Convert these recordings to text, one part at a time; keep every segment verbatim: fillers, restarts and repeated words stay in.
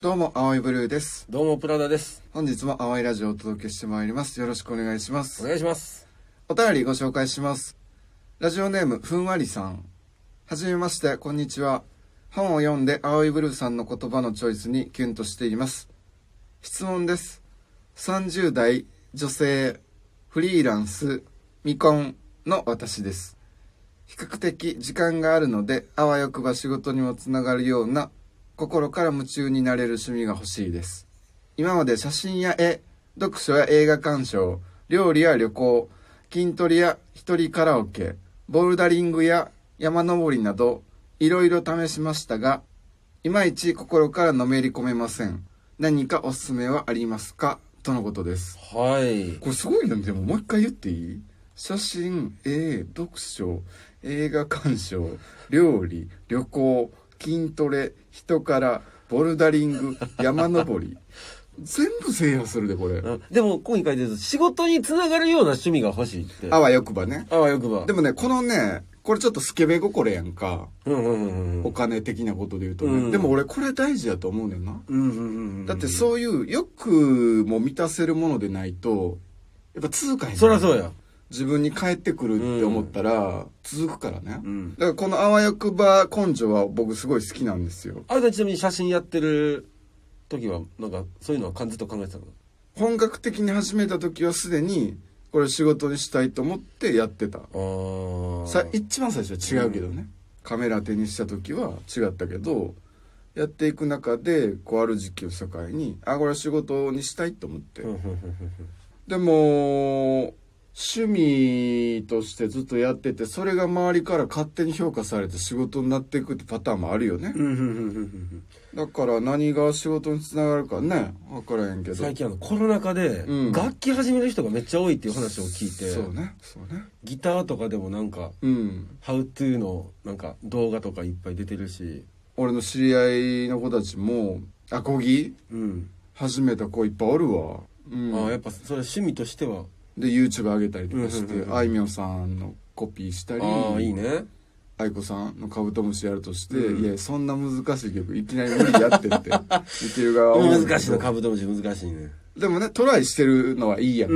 どうも、青いブルーです。 どうも、プラダです。 本日も青いラジオをお届けしてまいります。よろしくお願いします。 お願いします。 お便りご紹介します。ラジオネーム、ふんわりさん。はじめまして、こんにちは。本を読んで青いブルーさんの言葉のチョイスにキュンとしています。質問です。さんじゅう代、女性、フリーランス、未婚の私です。比較的時間があるので、あわよくば仕事にもつながるような心から夢中になれる趣味が欲しいです。今まで写真や絵、読書や映画鑑賞、料理や旅行、筋トレや一人カラオケ、ボルダリングや山登りなどいろいろ試しましたが、いまいち心からのめり込めません。何かおすすめはありますかとのことです。 はい。 これすごいのでももう一回言っていい？写真、絵、読書、映画鑑賞、料理、旅行、筋トレ、人から、ボルダリング、山登り。全部制覇するで、これ。 でも、ここに書いてる仕事につながるような趣味が欲しいって。 あわよくばね。 あわよくば。 でもね、このね、これちょっとスケベ心やんか。 うんうんうんうん、 お金的なことで言うとね。 うん、 でも俺これ大事だと思うねんな。 うんうんうん、 だってそういう欲も満たせるものでないと、やっぱ続かへん。 そりゃそうや。 自分に返ってくるって思ったら続くからね、 うん、 だからこのあわよくば根性は僕すごい好きなんですよ。 あれちなみに写真やってる時はなんかそういうのは感じと考えてたの？ 本格的に始めた時はすでにこれ仕事にしたいと思ってやってた。あさ一番最初は違うけどね、うん、カメラ手にした時は違ったけどやっていく中でこうある時期を境にあこれは仕事にしたいと思ってでも趣味としてずっとやっててそれが周りから勝手に評価されて仕事になっていくってパターンもあるよね。だから何が仕事につながるかね分からへんけど最近あのコロナ禍で楽器始める人がめっちゃ多いっていう話を聞いて、 うん、そうねそうねギターとかでもなんか、うん、ハウトゥーのなんか動画とかいっぱい出てるし俺の知り合いの子たちもアコギ、うん、始めた子いっぱいおるわ、 うん、あやっぱそれ趣味としてはで YouTube 上げたりとかしてあいみょんさんのコピーしたりああいいね愛子さんのカブトムシやるとして、うん、いやそんな難しい曲いきなり無理やってって言ってる側は難しいのカブトムシ難しいね。 でもねトライしてるのはいいやんか、うん、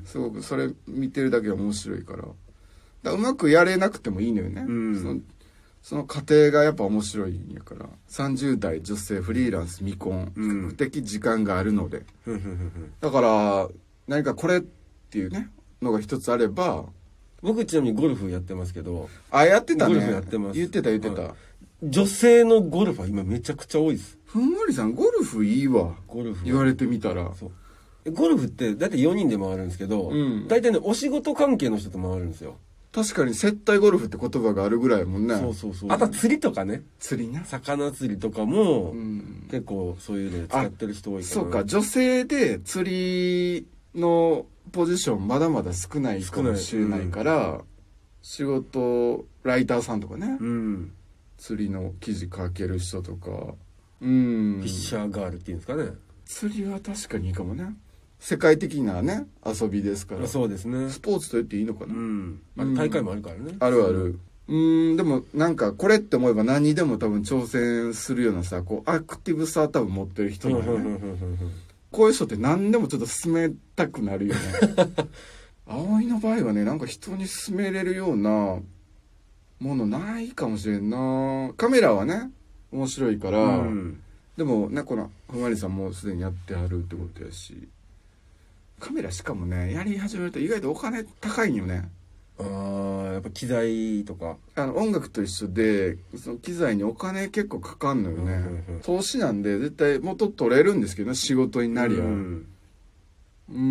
すごくそれ見てるだけは面白いからだからうまくやれなくてもいいのよね、うん、そのその過程がやっぱ面白いんやからさんじゅう代女性フリーランス未婚比較的時間があるので、うん、だから何かこれっていうねのが一つあれば僕ちなみにゴルフやってますけどあやってたねゴルフやってます言ってた言ってた、はい、 女性のゴルフは今めちゃくちゃ多いです。 ふんわりさんゴルフいいわゴルフ言われてみたらそうゴルフって大体よにんで回るんですけど、うん、大体ねお仕事関係の人と回るんですよ。 確かに接待ゴルフって言葉があるぐらいもんね。 そうそうそう。あとは釣りとかね。 釣りね。 魚釣りとかも、うん、結構そういうので使ってる人多いから。 そうか、女性で釣りのポジションまだまだ少ないかもしれないから、うん、仕事ライターさんとかね、うん、釣りの記事書ける人とか、 うん、フィッシャーガールっていうんですかね。 釣りは確かにいいかもね。世界的なね遊びですからそうですねスポーツと言っていいのかな、 うんまあ、大会もあるからね、 うん、あるあるうんでもなんかこれって思えば何にでも多分挑戦するようなさこうアクティブさ多分持ってる人だよねこういう人って何でもちょっと進めたくなるよね葵の場合はねなんか人に勧めれるようなものないかもしれんな。カメラはね面白いから、うん、でもねこのふんわりさんもすでにやってはるってことやしカメラしかもねやり始めると意外とお金高いんよね。 あーやっぱ機材とかあの音楽と一緒でその機材にお金結構かかんのよね、うんうんうん、投資なんで絶対元取れるんですけど、ね、仕事になりゃうんうん、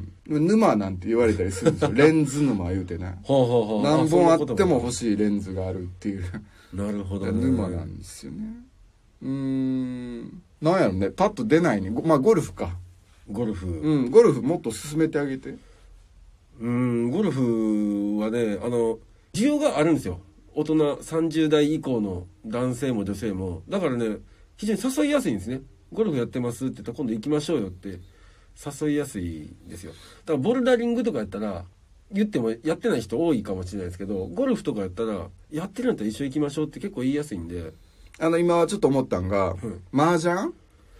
沼なんて言われたりするんですよレンズ沼言うてねほうほうほう何本あっても欲しいレンズがあるっていうなるほど、ね、 沼なんですよね。うーんなんやろねパッと出ないね。まあゴルフかゴルフうんゴルフもっと進めてあげて。 うんゴルフはねあの需要があるんですよ。大人さんじゅう代以降の男性も女性もだからね非常に誘いやすいんですね。ゴルフやってますって言ったら今度行きましょうよって誘いやすいですよ。だからボルダリングとかやったら言ってもやってない人多いかもしれないですけどゴルフとかやったらやってるんだったら一緒に行きましょうって結構言いやすいんで。 あの今はちょっと思ったんが、うん、麻雀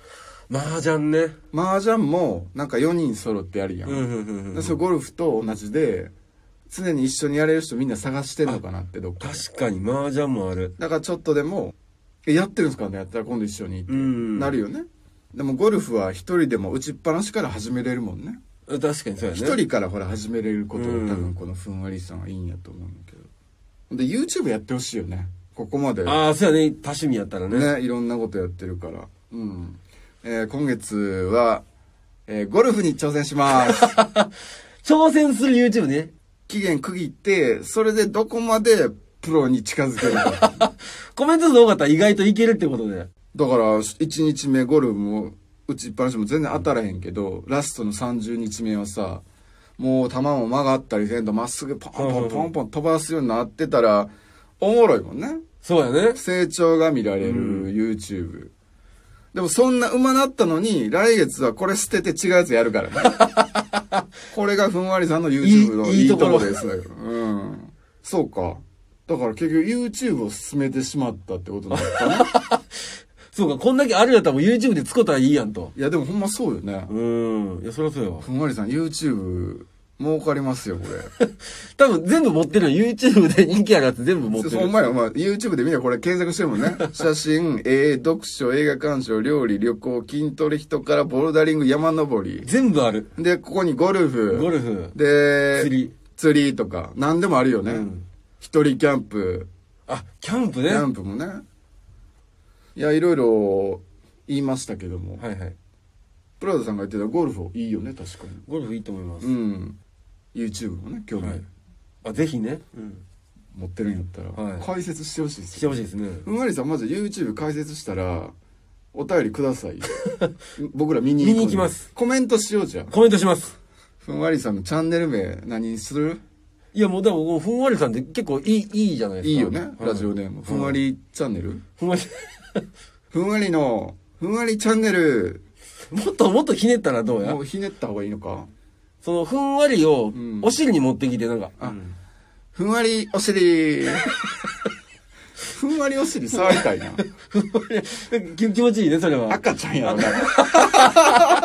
麻雀ね。 麻雀もなんかよにん揃ってやるやん。 うんうんうんうん。 それゴルフと同じで、常に一緒にやれる人みんな探してんのかなってどっかで。 確かに麻雀もある。 だからちょっとでも、え、やってるんですかねやったら今度一緒にってうんなるよね。でもゴルフは一人でも打ちっぱなしから始めれるもんね。 確かにそうやね。 一人からほら始めれることをうん多分このふんわりさんはいいんやと思うんだけど。で、YouTube やってほしいよね。ここまで。 ああ、そうやね。多趣味やったらね。 ね、いろんなことやってるから。うん。えー今月は、えーゴルフに挑戦します。 挑戦する YouTube ね。 期限区切って、それでどこまでプロに近づけるか。 コメント数多かったら意外といけるってことで。 だから、いちにちめゴルフも打ちっぱなしも全然当たらへんけど、ラストのさんじゅうにちめはさ、もう球も曲がったりせんとまっすぐポンポンポンポン飛ばすようになってたら、おもろいもんね。 そうやね。 成長が見られる YouTube。でもそんな馬なったのに、来月はこれ捨てて違うやつやるからね。これがふんわりさんの YouTube のいいところですよ。うん。そうか。だから結局 YouTube を進めてしまったってことなのかな。 そうか、こんだけあるんやったらもう YouTube で使ったらいいやんと。 いやでもほんまそうよね。 うん。いや、そりゃそうやわ。 ふんわりさん YouTube 儲かりますよ、これ。 多分全部持ってるよ。YouTube で人気あるやつ全部持ってる。 そう、お前はまあ YouTube でみんなこれ検索してるもんね。写真、絵、読書、映画鑑賞、料理、旅行、筋トレ、人からボルダリング、山登り。 全部ある。 で、ここにゴルフ。 ゴルフ。 で、 釣り。 釣りとか、何でもあるよね。 うん一人キャンプ。 あ、キャンプね。 キャンプもね。いや、いろいろ言いましたけども。 はいはい。 プラダさんが言ってたゴルフいいよね、確かに。 ゴルフいいと思います。 うん。YouTube もね、興味、 はいあ、ぜひね。うん。 持ってるんやったら、 はい解説してほしいですしてほしいですね。 ふんわりさん、まず YouTube 解説したら、お便りください。僕ら見に行くんで見に行きますコメントしようじゃん。 コメントします。 ふんわりさんのチャンネル名何にする？ いや、もうでも、もうふんわりさんって結構いい、いいじゃないですか。 いいよね、 はいラジオネーム。ふんわりチャンネル、 ふんわり。 ふんわりの、ふんわりチャンネル。 もっともっとひねったらどうやもうひねった方がいいのか？ その、ふんわりをんお尻に持ってきて、なんか。 あうんふんわりお尻。ふんわりお尻触りたいな。 ふんわり気気持ちいいね、それは。 赤ちゃんやろな。